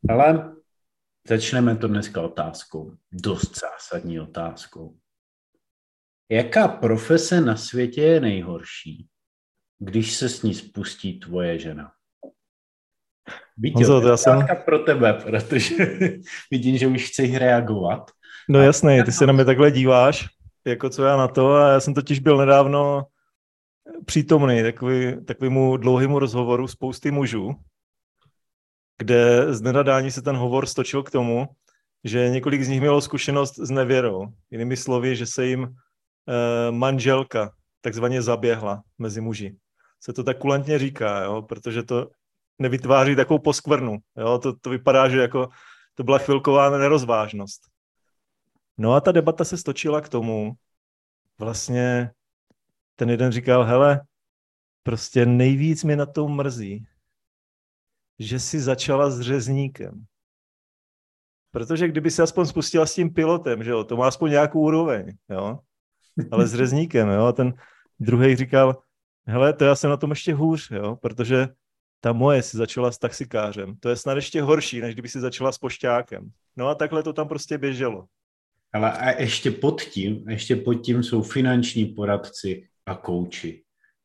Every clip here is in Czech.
Ale začneme to dneska otázkou. Dost zásadní otázkou. Jaká profese na světě je nejhorší, když se s ní spustí tvoje žena? Víte, Honzo, to já jsem... pro tebe, protože vidím, že už chceš reagovat. No jasný, ty se na mě takhle díváš, jako co já na to, a já jsem totiž byl nedávno přítomný takovému dlouhému rozhovoru spousty mužů, kde z nenadání se ten hovor stočil k tomu, že několik z nich mělo zkušenost s nevěrou. Jinými slovy, že se jim manželka takzvaně zaběhla mezi muži. Se to tak kulantně říká, jo? Protože to nevytváří takovou poskvrnu. Jo? To vypadá, že jako to byla chvilková nerozvážnost. No a ta debata se stočila k tomu, vlastně ten jeden říkal, hele, prostě nejvíc mě na tom mrzí, že si začala s řezníkem. Protože kdyby se aspoň spustila s tím pilotem, že jo, to má aspoň nějakou úroveň, jo, ale s řezníkem, jo, a ten druhý říkal, hele, to já jsem na tom ještě hůř, jo, protože ta moje si začala s taxikářem. To je snad ještě horší, než kdyby si začala s pošťákem. No a takhle to tam prostě běželo. Ale a ještě pod tím jsou finanční poradci a kouči.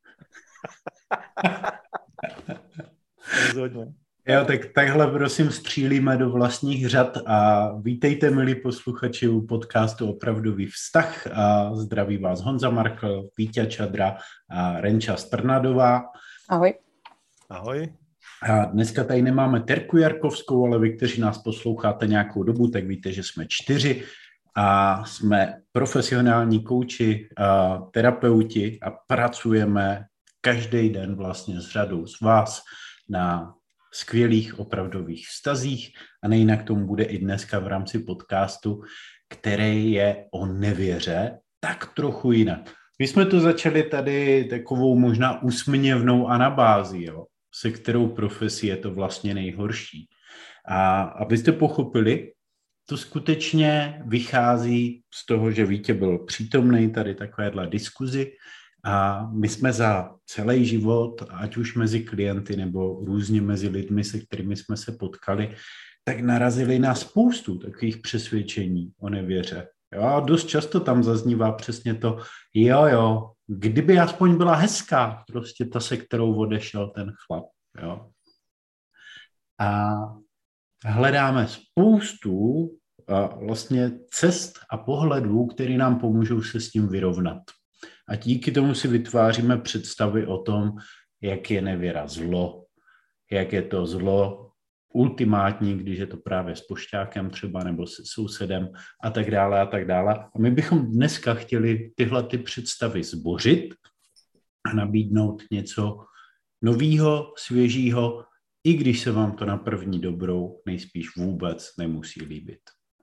Rozhodně. Jo, tak takhle prosím střílíme do vlastních řad a vítejte, milí posluchači, u podcastu Opravdový vztah. A zdraví vás Honza Markl, Víťa Čadra a Renča Strnadová. Ahoj. Ahoj. A dneska tady nemáme Terku Jarkovskou, ale vy, kteří nás posloucháte nějakou dobu, tak víte, že jsme 4 a jsme profesionální kouči, a terapeuti a pracujeme každý den vlastně s řadou z vás na skvělých opravdových vztazích a nejinak tomu bude i dneska v rámci podcastu, který je o nevěře tak trochu jinak. My jsme to začali tady takovou možná úsměvnou anabází, jo, se kterou profesí je to vlastně nejhorší. A abyste pochopili, to skutečně vychází z toho, že Vítě byl přítomný tady takovéhle diskuzi a my jsme za celý život, ať už mezi klienty nebo různě mezi lidmi, se kterými jsme se potkali, tak narazili na spoustu takových přesvědčení o nevěře. Jo, a dost často tam zaznívá přesně to, jo, kdyby aspoň byla hezká, prostě ta, se kterou odešel ten chlap. Jo. A hledáme spoustu vlastně cest a pohledů, které nám pomůžou se s tím vyrovnat. A díky tomu si vytváříme představy o tom, jak je nevěra zlo, jak je to zlo ultimátní, když je to právě s pošťákem třeba nebo s sousedem a tak dále a tak dále. A my bychom dneska chtěli tyhle ty představy zbořit a nabídnout něco novýho, svěžího, i když se vám to na první dobrou nejspíš vůbec nemusí líbit.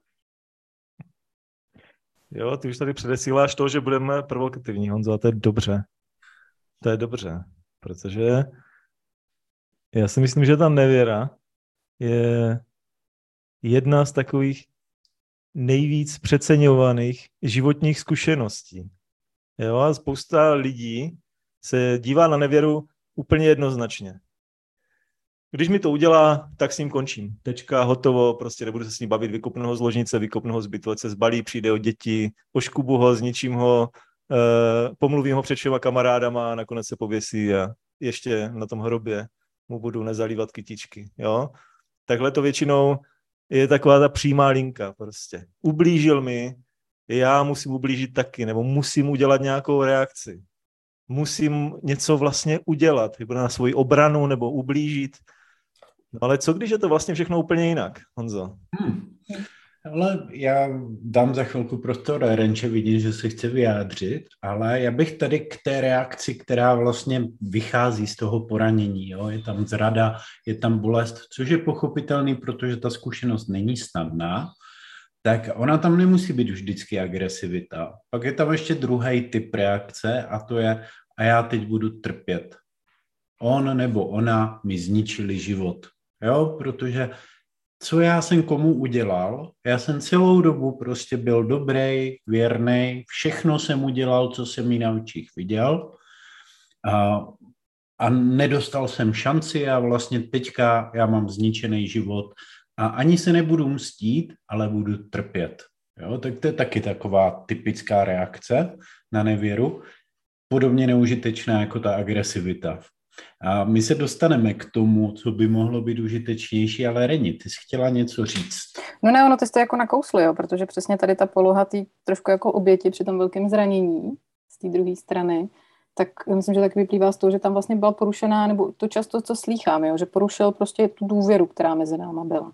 Jo, ty už tady předesíláš to, že budeme provokativní, Honzo, a to je dobře. To je dobře, protože já si myslím, že ta nevěra je jedna z takových nejvíc přeceňovaných životních zkušeností. Jo, a spousta lidí se dívá na nevěru úplně jednoznačně. Když mi to udělá, tak s ním končím. Tečka, hotovo, prostě nebudu se s ním bavit, vykopnu ho z ložnice, vykopnu ho z bytu, ať se zbalí, přijde o děti, oškubu ho, zničím ho, pomluvím ho před všema kamarádama a nakonec se pověsí a ještě na tom hrobě mu budu nezalívat kytičky. Jo? Takhle to většinou je taková ta přímá linka prostě. Ublížil mi, já musím ublížit taky, nebo musím udělat nějakou reakci. Musím něco vlastně udělat, na svoji obranu nebo ublížit. No ale co když je to vlastně všechno úplně jinak, Honzo? Ale já dám za chvilku prostor Renče, vidím, že se chce vyjádřit, ale já bych tady k té reakci, která vlastně vychází z toho poranění, jo? Je tam zrada, je tam bolest, což je pochopitelný, protože ta zkušenost není snadná, tak ona tam nemusí být vždycky agresivita. Pak je tam ještě druhý typ reakce a to je, a já teď budu trpět. On nebo ona mi zničili život. Jo, protože co já jsem komu udělal? Já jsem celou dobu prostě byl dobrý, věrný, všechno jsem udělal, co jsem jí na očích viděl a nedostal jsem šanci a vlastně teďka já mám zničený život a ani se nebudu mstít, ale budu trpět. Jo? Tak to je taky taková typická reakce na nevěru, podobně neužitečná jako ta agresivita. A my se dostaneme k tomu, co by mohlo být užitečnější, ale Reni, ty jsi chtěla něco říct. No ne, ono ty jste jako nakousli, jo, protože přesně tady ta poloha tý trošku jako oběti při tom velkém zranění z té druhé strany, tak myslím, že tak vyplývá z toho, že tam vlastně byla porušená, nebo to často, co slýchám, jo, že porušil prostě tu důvěru, která mezi náma byla.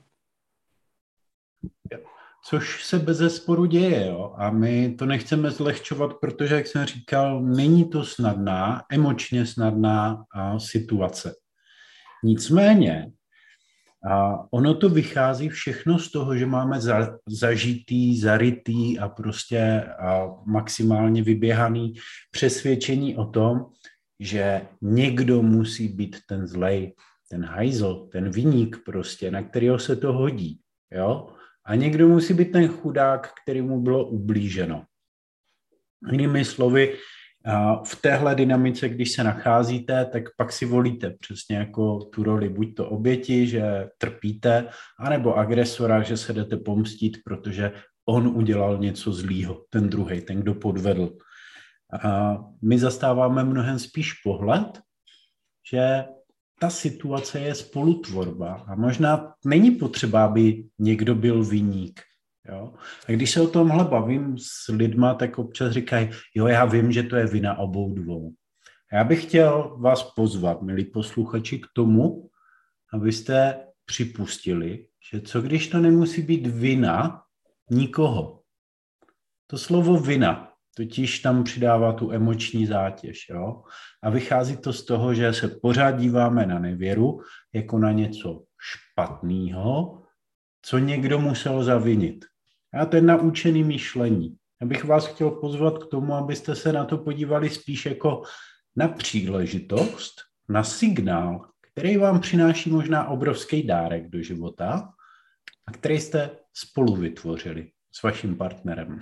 Což se bezesporu děje, jo? A my to nechceme zlehčovat, protože, jak jsem říkal, není to snadná, emočně snadná situace. Nicméně, ono to vychází všechno z toho, že máme zažitý, zarytý a prostě maximálně vyběhaný přesvědčení o tom, že někdo musí být ten zlej, ten hajzl, ten viník prostě, na kterého se to hodí, jo? A někdo musí být ten chudák, kterému bylo ublíženo. Jinými slovy, v téhle dynamice, když se nacházíte, tak pak si volíte přesně jako tu roli buď to oběti, že trpíte, anebo agresora, že se jdete pomstít, protože on udělal něco zlýho, ten druhej, ten, kdo podvedl. A my zastáváme mnohem spíš pohled, že ta situace je spolutvorba a možná není potřeba, aby někdo byl viník. Jo? A když se o tomhle bavím s lidma, tak občas říkají, jo, já vím, že to je vina obou dvou. Já bych chtěl vás pozvat, milí posluchači, k tomu, abyste připustili, že co když to nemusí být vina nikoho. To slovo vina totiž tam přidává tu emoční zátěž. Jo? A vychází to z toho, že se pořád díváme na nevěru jako na něco špatného, co někdo musel zavinit. A to je naučený myšlení. Já bych vás chtěl pozvat k tomu, abyste se na to podívali spíš jako na příležitost, na signál, který vám přináší možná obrovský dárek do života a který jste spolu vytvořili s vaším partnerem.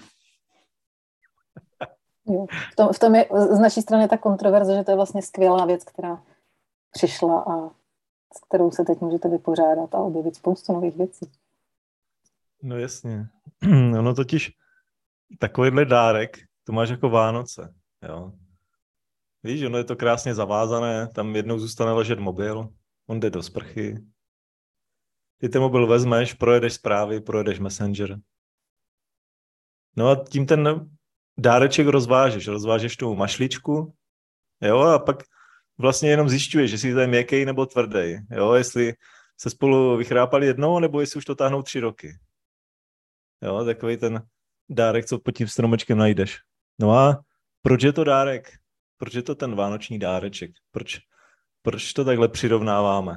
Jo. V tom je z naší strany ta kontroverze, že to je vlastně skvělá věc, která přišla a s kterou se teď můžete vypořádat a objevit spoustu nových věcí. No jasně. Ono totiž takovýhle dárek, to máš jako Vánoce. Jo. Víš, ono je to krásně zavázané, tam jednou zůstane ležet mobil, on jde do sprchy, ty ten mobil vezmeš, projedeš zprávy, projedeš Messenger. No a tím ten dáreček rozvážeš tu mašličku, jo, a pak vlastně jenom zjišťuješ, jestli to je měkký nebo tvrdý, jo, jestli se spolu vychrápali jednou, nebo jestli už to táhnou 3 roky. Jo, takový ten dárek, co pod tím stromečkem najdeš. No a proč je to dárek? Proč je to ten vánoční dáreček? Proč to takhle přirovnáváme?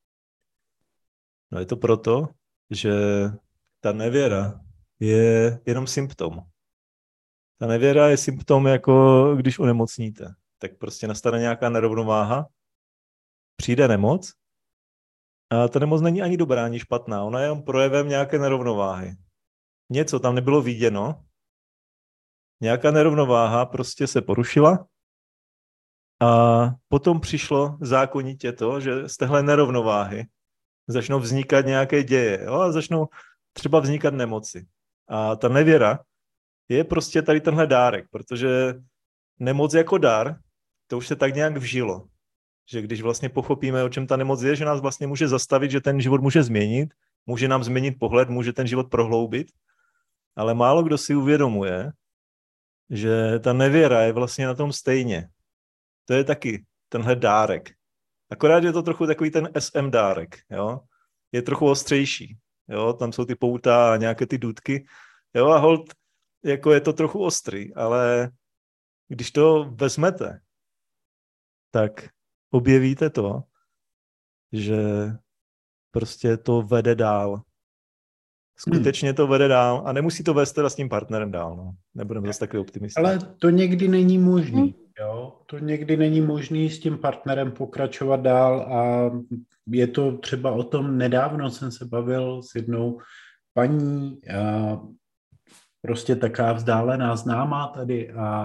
No je to proto, že ta nevěra je jenom symptom. Ta nevěra je symptom, jako když onemocníte. Tak prostě nastane nějaká nerovnováha, přijde nemoc a ta nemoc není ani dobrá, ani špatná. Ona je jenom projevem nějaké nerovnováhy. Něco tam nebylo viděno, nějaká nerovnováha prostě se porušila a potom přišlo zákonitě to, že z téhle nerovnováhy začnou vznikat nějaké děje, jo? A začnou třeba vznikat nemoci. A ta nevěra je prostě tady tenhle dárek, protože nemoc jako dar, to už se tak nějak vžilo, že když vlastně pochopíme, o čem ta nemoc je, že nás vlastně může zastavit, že ten život může změnit, může nám změnit pohled, může ten život prohloubit, ale málo kdo si uvědomuje, že ta nevěra je vlastně na tom stejně. To je taky tenhle dárek. Akorát je to trochu takový ten SM dárek, jo? Je trochu ostřejší, jo? Tam jsou ty pouta a nějaké ty důtky, jo? A holt, jako je to trochu ostrý, ale když to vezmete, tak objevíte to, že prostě to vede dál. Skutečně to vede dál a nemusí to vést teda s tím partnerem dál. No. Nebudeme zase takový optimista. Ale to někdy není možný. Jo? To někdy není možný s tím partnerem pokračovat dál a je to třeba o tom, nedávno jsem se bavil s jednou paní, prostě taká vzdálená známá tady a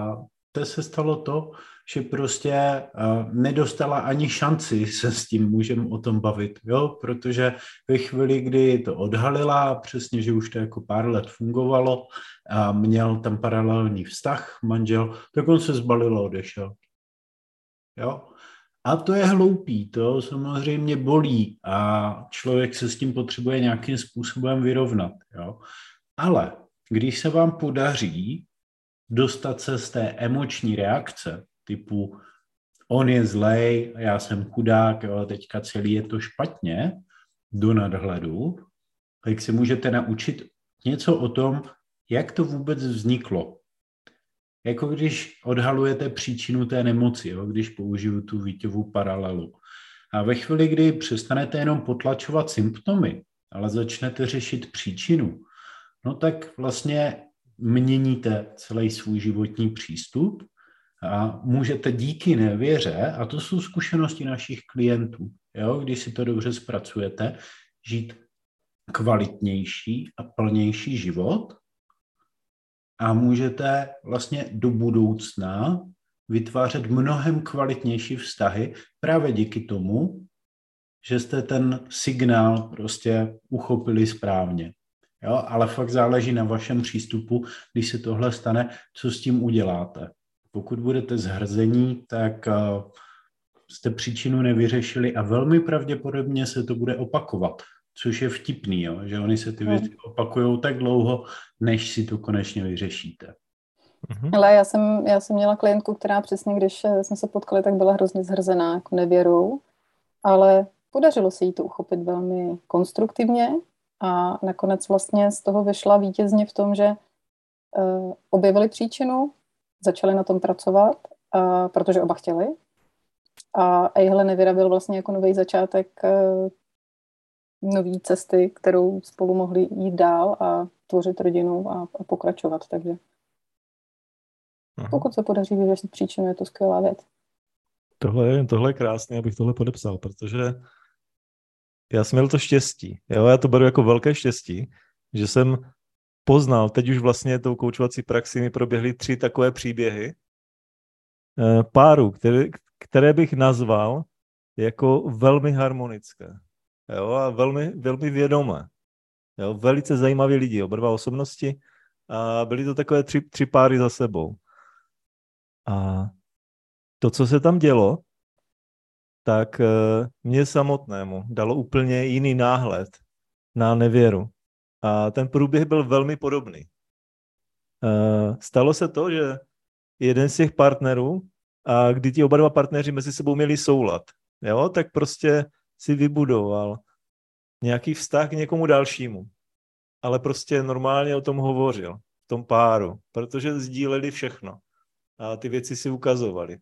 to se stalo to, že prostě nedostala ani šanci se s tím mužem o tom bavit, jo, protože ve chvíli, kdy to odhalila, přesně, že už to jako pár let fungovalo a měl tam paralelní vztah manžel, tak on se zbalil a odešel, jo. A to je hloupý, to samozřejmě bolí a člověk se s tím potřebuje nějakým způsobem vyrovnat, jo. Ale když se vám podaří dostat se z té emoční reakce, typu on je zlej, já jsem chudák, jo, teďka celý je to špatně, do nadhledu, tak si můžete naučit něco o tom, jak to vůbec vzniklo. Jako když odhalujete příčinu té nemoci, jo, když použiju tu Víťovu paralelu. A ve chvíli, kdy přestanete jenom potlačovat symptomy, ale začnete řešit příčinu, no tak vlastně měníte celý svůj životní přístup a můžete díky nevěře, a to jsou zkušenosti našich klientů, jo, když si to dobře zpracujete, žít kvalitnější a plnější život a můžete vlastně do budoucna vytvářet mnohem kvalitnější vztahy právě díky tomu, že jste ten signál prostě uchopili správně. Jo, ale fakt záleží na vašem přístupu, když se tohle stane, co s tím uděláte. Pokud budete zhrzení, tak jste příčinu nevyřešili a velmi pravděpodobně se to bude opakovat, což je vtipný, jo, že oni se ty věci opakujou tak dlouho, než si to konečně vyřešíte. Ale já jsem měla klientku, která přesně, když jsme se potkali, tak byla hrozně zhrzená jako nevěrou, ale podařilo se jí to uchopit velmi konstruktivně a nakonec vlastně z toho vyšla vítězně v tom, že objevili příčinu, začali na tom pracovat, protože oba chtěli. A jehle nevěra byl vlastně jako nový začátek nový cesty, kterou spolu mohli jít dál a tvořit rodinu a pokračovat. Takže pokud se podaří vyřešit příčinu, je to skvělá věc. Tohle je krásné, abych tohle podepsal, protože já jsem měl to štěstí. Jo? Já to beru jako velké štěstí, že jsem poznal, teď už vlastně tou koučovací praxi mi proběhly 3 takové příběhy párů, které bych nazval jako velmi harmonické. Jo? A velmi, velmi vědomé. Jo? Velice zajímaví lidi, oba dva osobnosti a byly to takové 3 páry za sebou. A to, co se tam dělo, tak mě samotnému dalo úplně jiný náhled na nevěru. A ten průběh byl velmi podobný. Stalo se to, že jeden z těch partnerů, a kdy ti oba dva partneři mezi sebou měli soulad, jo, tak prostě si vybudoval nějaký vztah k někomu dalšímu. Ale prostě normálně o tom hovořil, v tom páru, protože sdíleli všechno. A ty věci si ukazovali.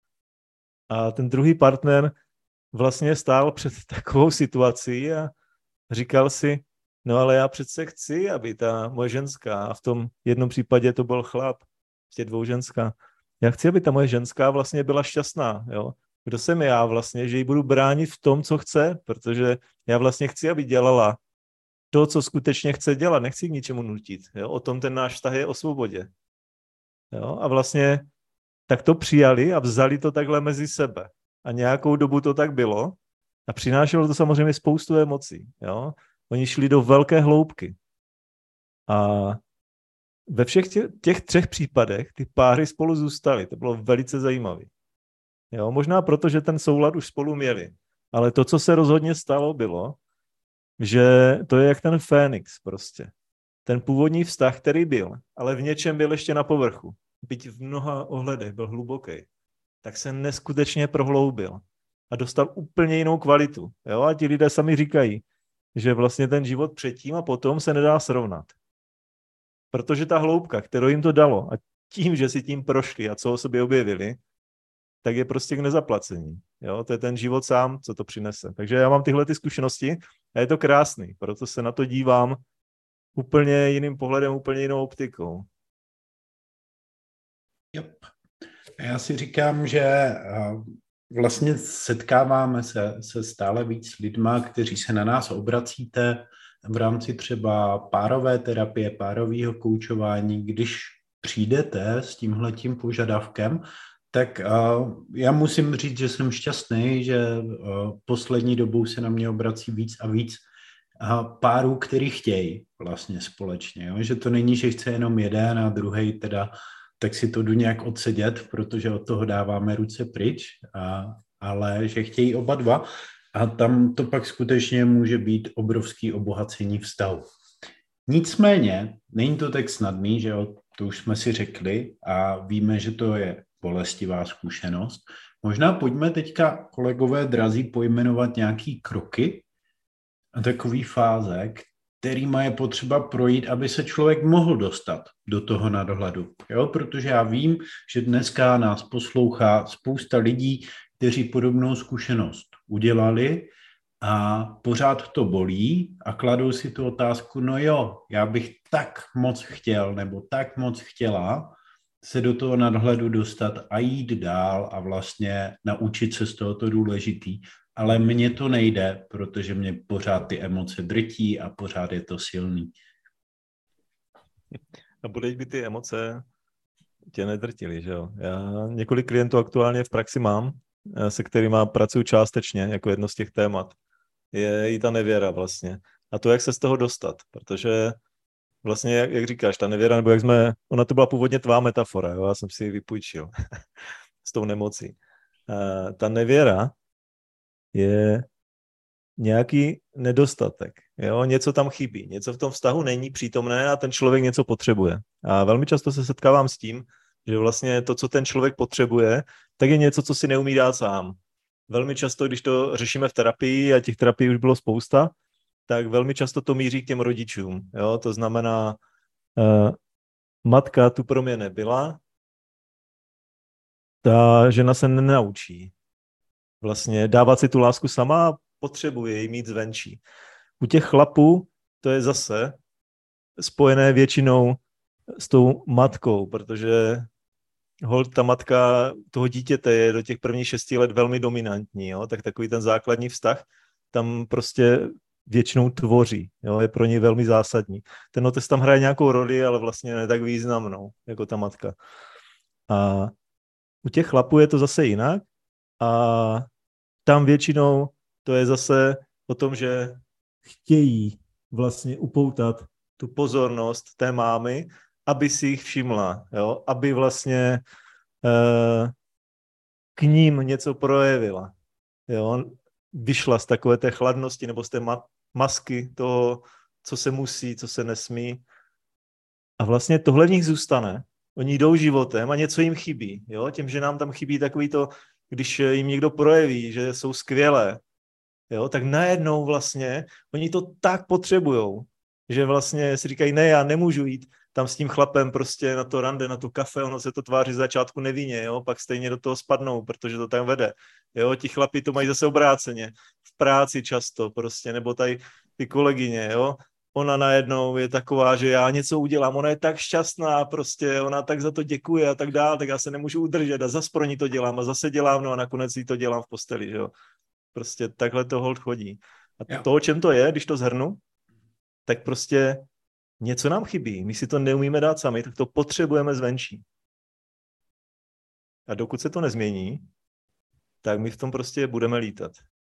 A ten druhý partner vlastně stál před takovou situací a říkal si, no ale já přece chci, aby ta moje ženská, a v tom jednom případě to byl chlap, ještě 2 ženská, já chci, aby ta moje ženská vlastně byla šťastná, jo. Kdo jsem já vlastně, že jí budu bránit v tom, co chce, protože já vlastně chci, aby dělala to, co skutečně chce dělat, nechci k ničemu nutit, jo. O tom ten náš vztah je o svobodě. Jo. A vlastně tak to přijali a vzali to takhle mezi sebe. A nějakou dobu to tak bylo a přinášelo to samozřejmě spoustu emocí. Jo? Oni šli do velké hloubky. A ve všech těch 3 případech ty páry spolu zůstaly. To bylo velice zajímavé. Jo? Možná proto, že ten soulad už spolu měli. Ale to, co se rozhodně stalo, bylo, že to je jak ten Fénix prostě. Ten původní vztah, který byl, ale v něčem byl ještě na povrchu. Byť v mnoha ohledech byl hluboký, tak se neskutečně prohloubil a dostal úplně jinou kvalitu. Jo? A ti lidé sami říkají, že vlastně ten život předtím a potom se nedá srovnat. Protože ta hloubka, kterou jim to dalo a tím, že si tím prošli a co o sobě objevili, tak je prostě k nezaplacení. Jo? To je ten život sám, co to přinese. Takže já mám tyhle ty zkušenosti a je to krásný, proto se na to dívám úplně jiným pohledem, úplně jinou optikou. Yep. Já si říkám, že vlastně setkáváme se stále víc lidma, kteří se na nás obracíte v rámci třeba párové terapie, párového koučování, když přijdete s tímhletím požadavkem, tak já musím říct, že jsem šťastný, že poslední dobou se na mě obrací víc a víc párů, který chtějí vlastně společně. Jo? Že to není, že chce jenom jeden a druhý teda, tak si to jdu nějak odsedět, protože od toho dáváme ruce pryč, ale že chtějí oba dva a tam to pak skutečně může být obrovský obohacení vztahu. Nicméně, není to tak snadný, že jo, to už jsme si řekli a víme, že to je bolestivá zkušenost. Možná pojďme teďka, kolegové drazí, pojmenovat nějaký kroky a takový fáze, kterýma je potřeba projít, aby se člověk mohl dostat do toho nadhledu. Jo? Protože já vím, že dneska nás poslouchá spousta lidí, kteří podobnou zkušenost udělali a pořád to bolí a kladou si tu otázku, no jo, já bych tak moc chtěl nebo tak moc chtěla se do toho nadhledu dostat a jít dál a vlastně naučit se z tohoto důležitý, ale mně to nejde, protože mě pořád ty emoce drtí a pořád je to silný. A budeš by ty emoce tě nedrtily, že jo? Já několik klientů aktuálně v praxi mám, se kterými pracuji částečně, jako jedno z těch témat. Je i ta nevěra vlastně. A to, jak se z toho dostat, protože vlastně, jak říkáš, ta nevěra, nebo ona to byla původně tvá metafora, jo? Já jsem si ji vypůjčil s tou nemocí. Ta nevěra je nějaký nedostatek, jo? Něco tam chybí, něco v tom vztahu není přítomné a ten člověk něco potřebuje. A velmi často se setkávám s tím, že vlastně to, co ten člověk potřebuje, tak je něco, co si neumí dát sám. Velmi často, když to řešíme v terapii, a těch terapií už bylo spousta, tak velmi často to míří k těm rodičům. Jo? To znamená, matka tu pro mě nebyla, ta žena se nenaučí vlastně dávat si tu lásku sama, potřebuje ji mít zvenčí. U těch chlapů to je zase spojené většinou s tou matkou, protože holt ta matka toho dítěte je do těch prvních 6 let velmi dominantní, jo? Tak takový ten základní vztah tam prostě většinou tvoří, jo? Je pro něj velmi zásadní. Ten otec tam hraje nějakou roli, ale vlastně ne tak významnou, jako ta matka. A u těch chlapů je to zase jinak a tam většinou to je zase o tom, že chtějí vlastně upoutat tu pozornost té mámy, aby si jich všimla, jo? Aby vlastně k ním něco projevila. Jo? Vyšla z takové té chladnosti nebo z té masky toho, co se musí, co se nesmí. A vlastně tohle v nich zůstane. Oni jdou životem a něco jim chybí. Jo? Tím, že nám tam chybí takový to, když jim někdo projeví, že jsou skvělé, jo? Tak najednou vlastně oni to tak potřebujou, že vlastně si říkají, ne, já nemůžu jít tam s tím chlapem prostě na to rande, na tu kafe, ono se to tváří z začátku nevinně, jo, pak stejně do toho spadnou, protože to tam vede. Jo, ti chlapi to mají zase obráceně. V práci často prostě, nebo tady ty kolegyně, jo. Ona najednou je taková, že já něco udělám, ona je tak šťastná, prostě ona tak za to děkuje a tak dále, tak já se nemůžu udržet a zase pro ní to dělám a zase dělám, no a nakonec jí to dělám v posteli, že jo. Prostě takhle to holt chodí. A to, o čem to je, když to shrnu, tak prostě něco nám chybí, my si to neumíme dát sami, tak to potřebujeme zvenčí. A dokud se to nezmění, tak my v tom prostě budeme lítat.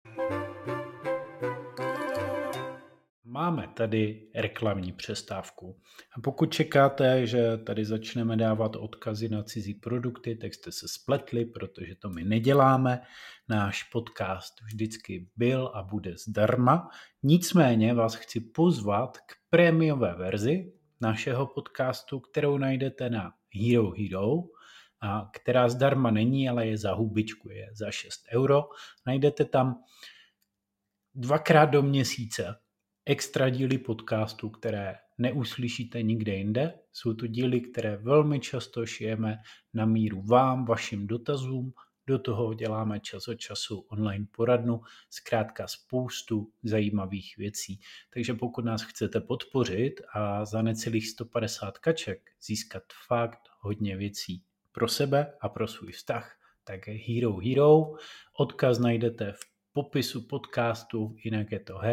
Máme tady reklamní přestávku. A pokud čekáte, že tady začneme dávat odkazy na cizí produkty, tak jste se spletli, protože to my neděláme. Náš podcast vždycky byl a bude zdarma. Nicméně vás chci pozvat k prémiové verzi našeho podcastu, kterou najdete na Hero Hero, a která zdarma není, ale je za hubičku, je za 6 €. Najdete tam 2krát do měsíce extra díly podcastu, které neuslyšíte nikde jinde. Jsou to díly, které velmi často šijeme na míru vám, vašim dotazům. Do toho děláme čas od času online poradnu, zkrátka spoustu zajímavých věcí. Takže pokud nás chcete podpořit a za necelých 150 kaček získat fakt hodně věcí pro sebe a pro svůj vztah, tak je Hero Hero. Odkaz najdete v popisu podcastu, jinak je to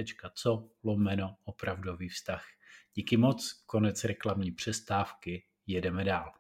herohero.co/opravdový vztah. Díky moc, konec reklamní přestávky, jedeme dál.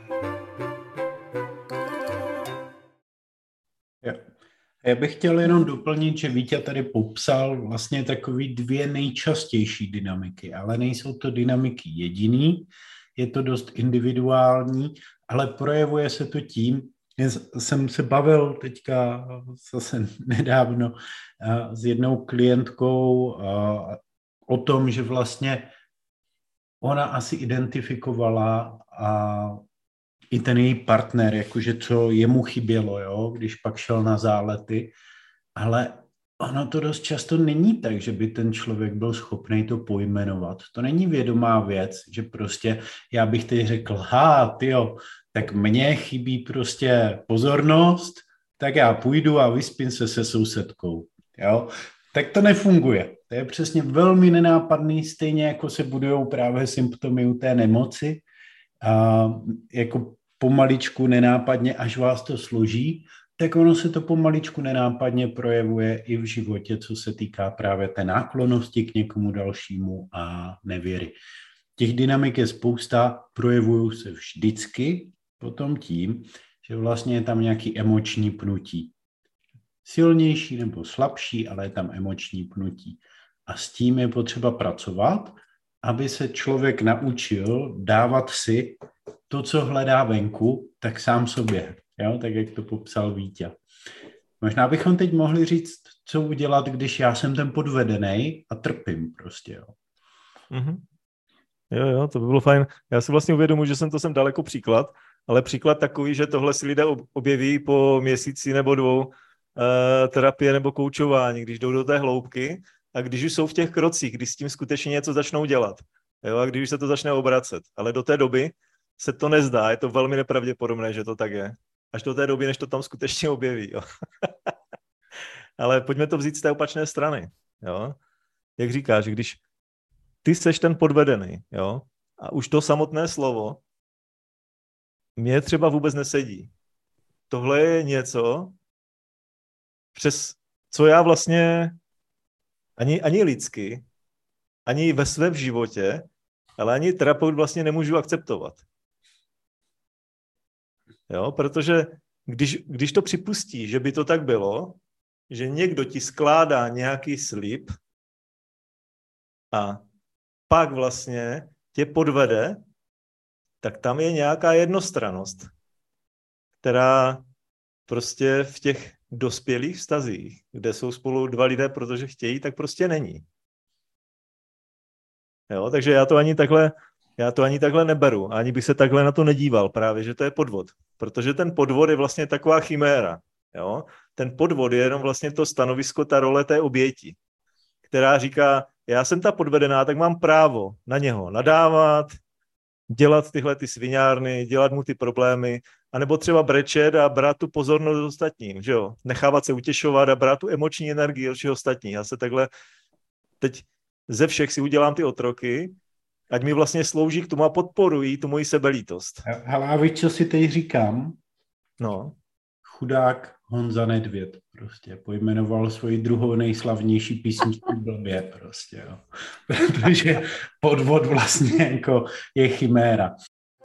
Jo. Já bych chtěl jenom doplnit, že Vítě tady popsal vlastně takový 2 nejčastější dynamiky, ale nejsou to dynamiky jediný, je to dost individuální, ale projevuje se to tím, jsem se bavil teďka zase nedávno s jednou klientkou o tom, že vlastně ona asi identifikovala i ten její partner, jakože co jemu chybělo, jo, když pak šel na zálety, ale ono to dost často není tak, že by ten člověk byl schopný to pojmenovat. To není vědomá věc, že prostě já bych teď řekl, tyjo, tak mně chybí prostě pozornost, tak já půjdu a vyspím se sousedkou, jo. Tak to nefunguje. To je přesně velmi nenápadný, stejně jako se budujou právě symptomy u té nemoci, a jako pomaličku nenápadně, až vás to složí, tak ono se to pomaličku nenápadně projevuje i v životě, co se týká právě té náklonnosti k někomu dalšímu a nevěry. Těch dynamik je spousta, projevují se vždycky potom tím, že vlastně je tam nějaký emoční pnutí. Silnější nebo slabší, ale je tam emoční pnutí. A s tím je potřeba pracovat, aby se člověk naučil dávat si to, co hledá venku, tak sám sobě, jo? Tak jak to popsal Vítě. Možná bychom teď mohli říct, co udělat, když já jsem ten podvedený a trpím prostě. Jo? Mm-hmm. Jo, to by bylo fajn. Já si vlastně uvědomuji, že jsem daleko příklad, ale příklad takový, že tohle si lidé objeví po měsíci nebo 2 terapie nebo koučování, když jdou do té hloubky a když už jsou v těch krocích, když s tím skutečně něco začnou dělat. Jo, a když už se to začne obracet. Ale do té doby se to nezdá, je to velmi nepravděpodobné, že to tak je. Až do té doby, než to tam skutečně objeví. Jo. Ale pojďme to vzít z té opačné strany. Jo. Jak říkáš, když ty seš ten podvedený, jo, a už to samotné slovo mě třeba vůbec nesedí. Tohle je něco, přes co já vlastně ani lidsky, ani ve svém životě, ale ani terapeut vlastně nemůžu akceptovat. Jo, protože když to připustí, že by to tak bylo, že někdo ti skládá nějaký slib a pak vlastně tě podvede, tak tam je nějaká jednostrannost, která prostě v těch dospělých vztazích, kde jsou spolu 2 lidé, protože chtějí, tak prostě není. Jo, takže já to ani takhle neberu, ani bych se takhle na to nedíval právě, že to je podvod. Protože ten podvod je vlastně taková chiméra. Jo? Ten podvod je jenom vlastně to stanovisko, ta role té oběti, která říká, já jsem ta podvedená, tak mám právo na něho nadávat, dělat tyhle ty sviňárny, dělat mu ty problémy, anebo třeba brečet a brát tu pozornost ostatním, že jo? Nechávat se utěšovat a brát tu emoční energii od všech ostatních. Já se takhle teď ze všech si udělám ty otroky, ať mi vlastně slouží k tomu a podporují tu moji sebelítost. Hele, a víš, co si teď říkám? No. Chudák Honza Nedvěd prostě pojmenoval svoji druhou nejslavnější písničku blbě prostě, jo. Protože podvod vlastně jako je chiméra.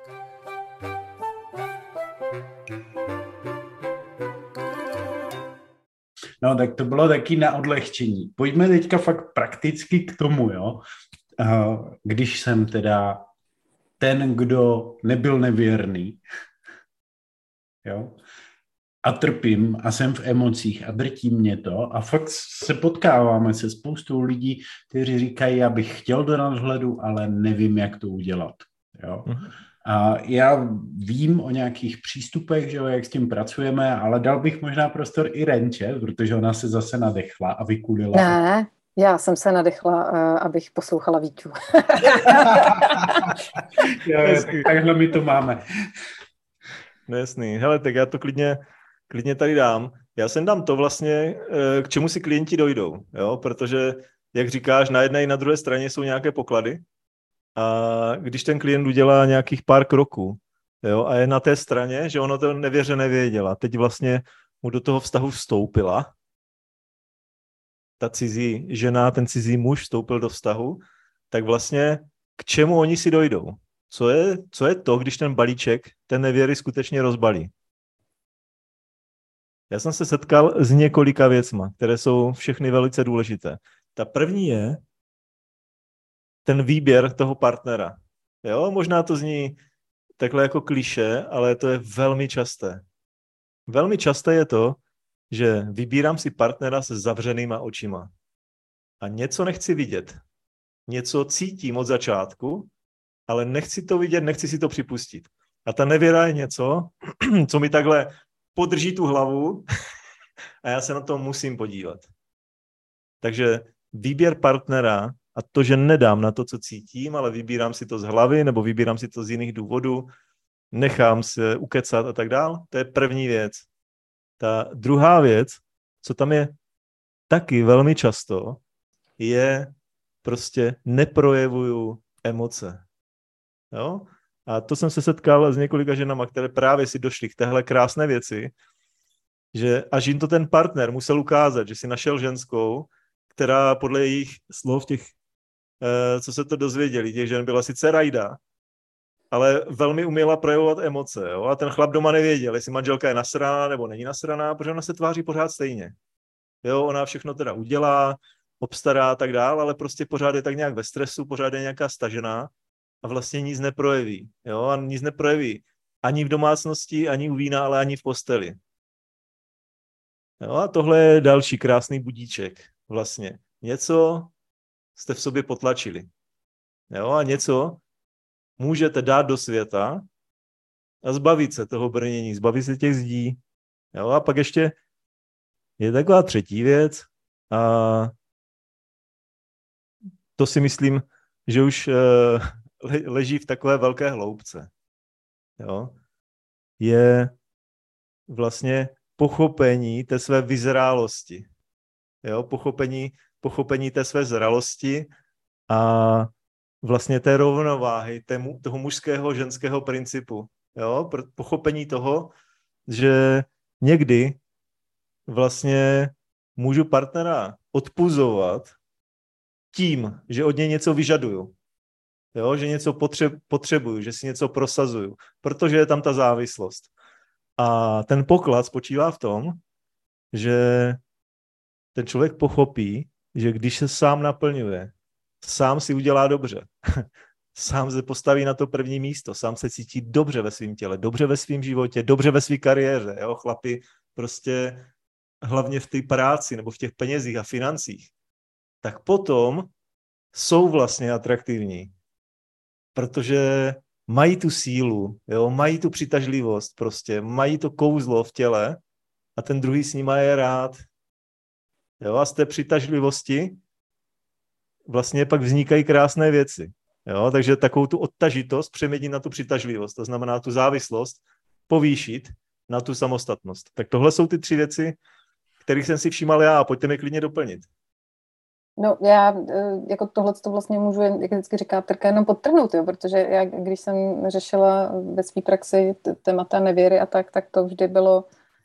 No, tak to bylo taky na odlehčení. Pojďme teďka fakt prakticky k tomu, jo. Když jsem teda ten, kdo nebyl nevěrný, jo, a trpím a jsem v emocích a drtí mě to a fakt se potkáváme se spoustou lidí, kteří říkají, já bych chtěl do nadhledu, ale nevím, jak to udělat, jo. A já vím o nějakých přístupech, že jo, jak s tím pracujeme, ale dal bych možná prostor i Renče, protože ona se zase nadechla a vykulila. Ne, já jsem se nadechla, abych poslouchala Víťu. Jo, takhle my to máme. No jasný. Hele, tak já to klidně tady dám. Já sem dám to vlastně, k čemu si klienti dojdou, jo, protože, jak říkáš, na jedné i na druhé straně jsou nějaké poklady. A když ten klient udělá nějakých pár kroků, jo, a je na té straně, že ono to nevěře nevěděla, teď vlastně mu do toho vztahu vstoupila, ta cizí žena, ten cizí muž vstoupil do vztahu, tak vlastně k čemu oni si dojdou? co je to, když ten balíček té nevěry skutečně rozbalí. Já jsem se setkal s několika věcma, které jsou všechny velice důležité. Ta první je ten výběr toho partnera. Jo, možná to zní takhle jako klišé, ale to je velmi časté. Velmi časté je to, že vybírám si partnera se zavřenýma očima. A něco nechci vidět. Něco cítím od začátku, ale nechci to vidět, nechci si to připustit. A ta nevěra je něco, co mi takhle podrží tu hlavu a já se na to musím podívat. Takže výběr partnera a to, že nedám na to, co cítím, ale vybírám si to z hlavy nebo vybírám si to z jiných důvodů, nechám se ukecat a tak dál, to je první věc. Ta druhá věc, co tam je taky velmi často, je prostě neprojevuju emoce. Jo? A to jsem se setkal s několika ženama, které právě si došly k téhle krásné věci, že až jim to ten partner musel ukázat, že si našel ženskou, která podle jejich slov, těch, co se to dozvěděli, těch žen byla sice rajda, ale velmi uměla projevovat emoce. Jo? A ten chlap doma nevěděl, jestli manželka je nasraná nebo není nasraná, protože ona se tváří pořád stejně. Jo, ona všechno teda udělá, obstará a tak dál, ale prostě pořád je tak nějak ve stresu, pořád je nějaká stažená a vlastně nic neprojeví. Jo? A nic neprojeví ani v domácnosti, ani u vína, ale ani v posteli. Jo? A tohle je další krásný budíček. Vlastně něco jste v sobě potlačili. Jo? A něco můžete dát do světa a zbavit se toho brnění, zbavit se těch zdí. Jo? A pak ještě je taková třetí věc a to si myslím, že už leží v takové velké hloubce. Jo? Je vlastně pochopení té své vyzrálosti. Jo? Pochopení té své zralosti a vlastně té rovnováhy, toho mužského, ženského principu. Jo? Pochopení toho, že někdy vlastně můžu partnera odpuzovat tím, že od něj něco vyžaduju. Jo? Že něco potřebuju, že si něco prosazuju, protože je tam ta závislost. A ten poklad spočívá v tom, že ten člověk pochopí, že když se sám naplňuje, sám si udělá dobře. Sám se postaví na to první místo, sám se cítí dobře ve svém těle, dobře ve svém životě, dobře ve své kariéře. Jo? Chlapi prostě hlavně v té práci nebo v těch penězích a financích, tak potom jsou vlastně atraktivní, protože mají tu sílu, jo? Mají tu přitažlivost, prostě mají to kouzlo v těle a ten druhý s nima je rád. Jo? A z té přitažlivosti vlastně pak vznikají krásné věci. Jo? Takže takovou tu odtažitost přeměnit na tu přitažlivost, to znamená tu závislost povýšit na tu samostatnost. Tak tohle jsou ty 3 věci, kterých jsem si všímal já a pojďte mi klidně doplnit. No já jako tohle to vlastně můžu, jak vždycky říká Terka, jenom podtrhnout, jo, protože já, když jsem řešila ve své praxi témata nevěry a tak to vždy bylo,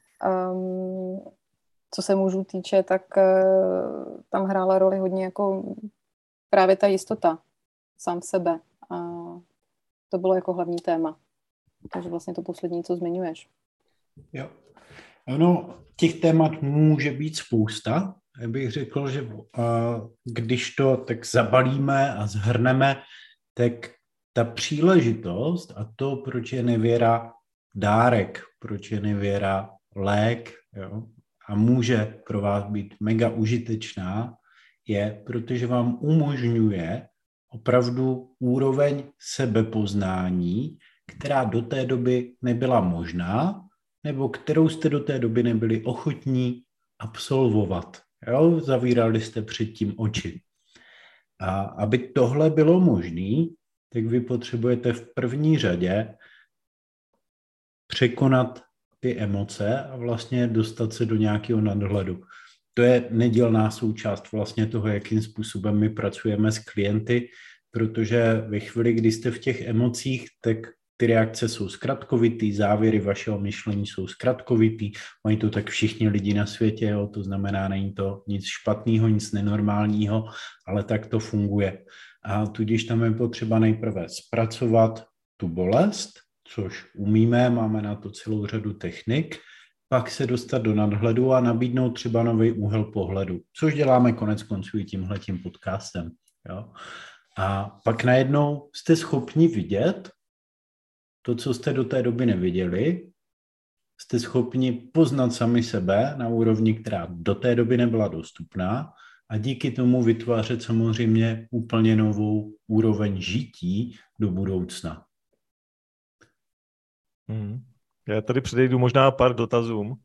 co se mužů týče, tak tam hrála roli hodně jako právě ta jistota sám sebe. A to bylo jako hlavní téma. Takže vlastně to poslední, co zmiňuješ. Jo. Ono, těch témat může být spousta. Já bych řekl, že když to tak zabalíme a shrneme, tak ta příležitost a to, proč je nevěra dárek, proč je nevěra lék, jo, a může pro vás být mega užitečná, je, protože vám umožňuje opravdu úroveň sebepoznání, která do té doby nebyla možná, nebo kterou jste do té doby nebyli ochotní absolvovat. Jo? Zavírali jste předtím oči. A aby tohle bylo možné, tak vy potřebujete v první řadě překonat ty emoce a vlastně dostat se do nějakého nadhledu. To je nedílná součást vlastně toho, jakým způsobem my pracujeme s klienty, protože ve chvíli, kdy jste v těch emocích, tak ty reakce jsou zkratkovitý, závěry vašeho myšlení jsou zkratkovitý, mají to tak všichni lidi na světě, jo? To znamená, není to nic špatného, nic nenormálního, ale tak to funguje. A tudíž tam je potřeba nejprve zpracovat tu bolest, což umíme, máme na to celou řadu technik, pak se dostat do nadhledu a nabídnout třeba nový úhel pohledu, což děláme konec konců i tímhletím podcastem. Jo? A pak najednou jste schopni vidět to, co jste do té doby neviděli, jste schopni poznat sami sebe na úrovni, která do té doby nebyla dostupná a díky tomu vytvářet samozřejmě úplně novou úroveň žití do budoucna. Já tady předejdu možná pár dotazům.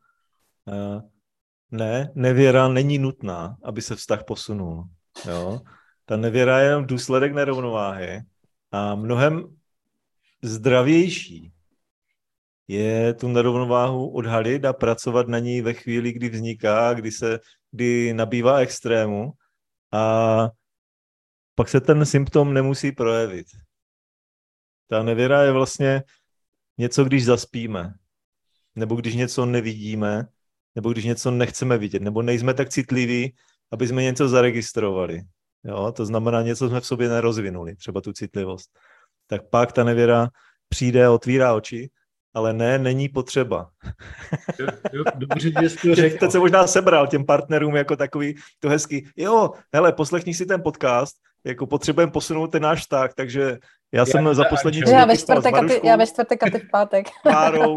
Ne, nevěra není nutná, aby se vztah posunul. Jo? Ta nevěra je jenom důsledek nerovnováhy a mnohem zdravější je tu nerovnováhu odhalit a pracovat na ní ve chvíli, kdy vzniká, kdy nabývá extrému a pak se ten symptom nemusí projevit. Ta nevěra je vlastně něco, když zaspíme, nebo když něco nevidíme, nebo když něco nechceme vidět, nebo nejsme tak citliví, aby jsme něco zaregistrovali. Jo? To znamená, něco jsme v sobě nerozvinuli, třeba tu citlivost. Tak pak ta nevěra přijde a otvírá oči, ale není potřeba. Dobře, že jsi to řekl. Teď se možná sebral těm partnerům jako takový to hezký. Jo, hele, poslechni si ten podcast, jako potřebujeme posunout ten náš vztah, takže já jsem za poslední Já ve čtvrtek a ty v pátek. Klárou.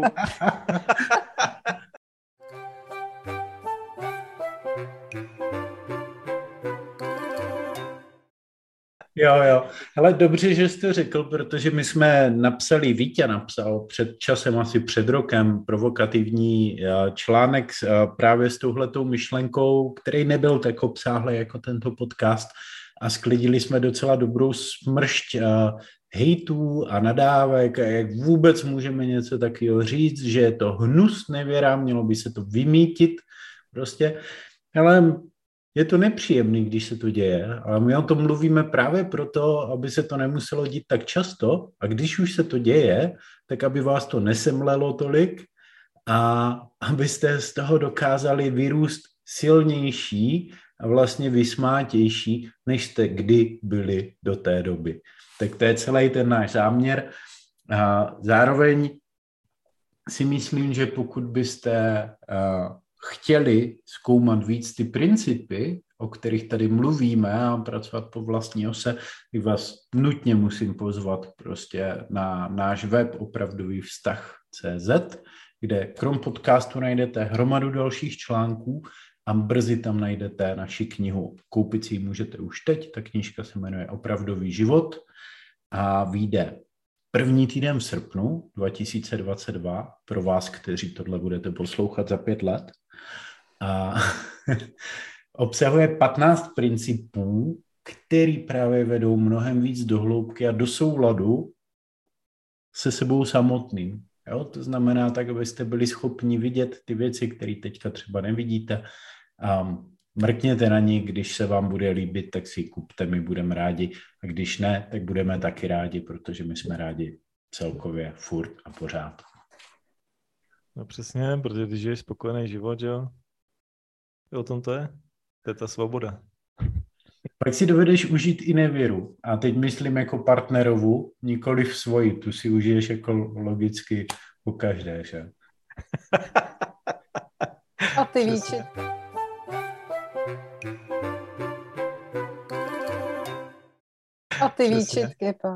Jo. Ale dobře, že jsi to řekl, protože my jsme Vítě napsal před časem, asi před rokem, provokativní článek právě s touhletou myšlenkou, který nebyl tak obsáhlý jako tento podcast a sklidili jsme docela dobrou smršť hejtů a nadávek a jak vůbec můžeme něco takového říct, že je to hnus nevěra, mělo by se to vymítit prostě, ale je to nepříjemný, když se to děje, ale my o tom mluvíme právě proto, aby se to nemuselo dít tak často a když už se to děje, tak aby vás to nesemlelo tolik a abyste z toho dokázali vyrůst silnější a vlastně vysmátější, než jste kdy byli do té doby. Tak to je celý ten náš záměr. A zároveň si myslím, že pokud byste chtěli zkoumat víc ty principy, o kterých tady mluvíme a pracovat po vlastní ose, tak vás nutně musím pozvat prostě na náš web opravdovývztah.cz, kde krom podcastu najdete hromadu dalších článků a brzy tam najdete naši knihu. Koupit si ji můžete už teď, ta knížka se jmenuje Opravdový život a vyjde první týden v srpnu 2022 pro vás, kteří tohle budete poslouchat za 5 let. A obsahuje 15 principů, který právě vedou mnohem víc do hloubky a do souladu se sebou samotným. Jo? To znamená tak, abyste byli schopni vidět ty věci, které teďka třeba nevidíte. Mrkněte na ní, když se vám bude líbit, tak si ji kupte, my budeme rádi. A když ne, tak budeme taky rádi, protože my jsme rádi celkově, furt a pořád. No přesně, protože když žiješ spokojený život, jo, o tom to je. To je ta svoboda. Pak si dovedeš užít i nevěru. A teď myslím jako partnerovu, nikoli v svoji. Tu si užiješ jako logicky po každé, že? A ty výčit. A ty výčitky, pa.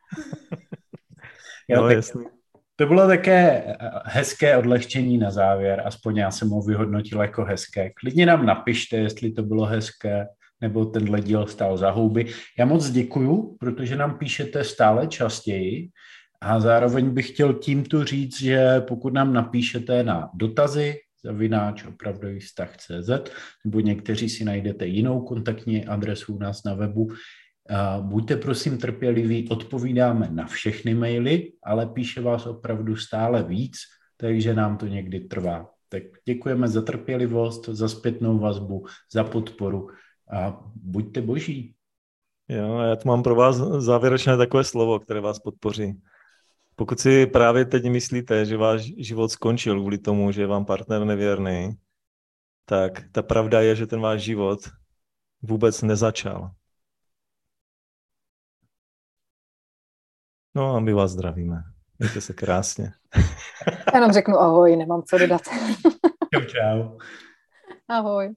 Jo, jasný. To bylo také hezké odlehčení na závěr, aspoň já jsem ho vyhodnotil jako hezké. Klidně nám napište, jestli to bylo hezké, nebo tenhle díl stál za houby. Já moc děkuju, protože nám píšete stále častěji a zároveň bych chtěl tímto říct, že pokud nám napíšete na dotazy @opravdovývztah.cz nebo někteří si najdete jinou kontaktní adresu u nás na webu, buďte prosím trpěliví, odpovídáme na všechny maily, ale píše vás opravdu stále víc, takže nám to někdy trvá. Tak děkujeme za trpělivost, za zpětnou vazbu, za podporu a buďte boží. Jo, já tu mám pro vás závěrečné takové slovo, které vás podpoří. Pokud si právě teď myslíte, že váš život skončil kvůli tomu, že je vám partner nevěrný, tak ta pravda je, že ten váš život vůbec nezačal. No a my vás zdravíme. Mějte se krásně. Já jenom řeknu ahoj, nemám co dodat. Čau, čau. Ahoj.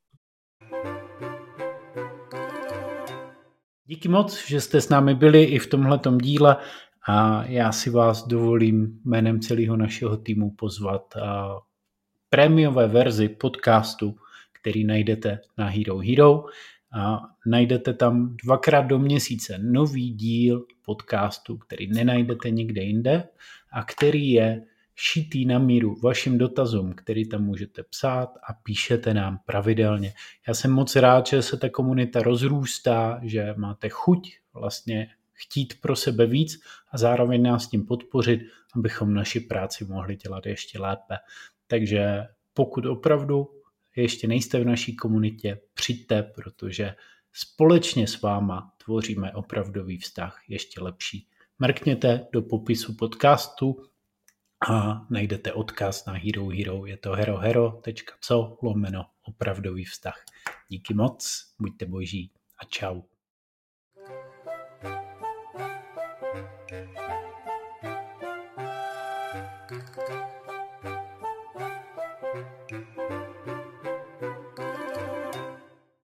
Díky moc, že jste s námi byli i v tomhletom díle a já si vás dovolím jménem celého našeho týmu pozvat prémiové verzi podcastu, který najdete na Hero Hero. A najdete tam 2x do měsíce nový díl podcastu, který nenajdete nikde jinde a který je šitý na míru vašim dotazům, který tam můžete psát a píšete nám pravidelně. Já jsem moc rád, že se ta komunita rozrůstá, že máte chuť vlastně chtít pro sebe víc a zároveň nás tím podpořit, abychom naši práci mohli dělat ještě lépe. Takže pokud opravdu ještě nejste v naší komunitě, přijďte, protože společně s váma tvoříme opravdový vztah ještě lepší. Mrkněte do popisu podcastu a najdete odkaz na Hero Hero. Je to herohero.co/opravdový vztah. Díky moc, buďte boží a čau.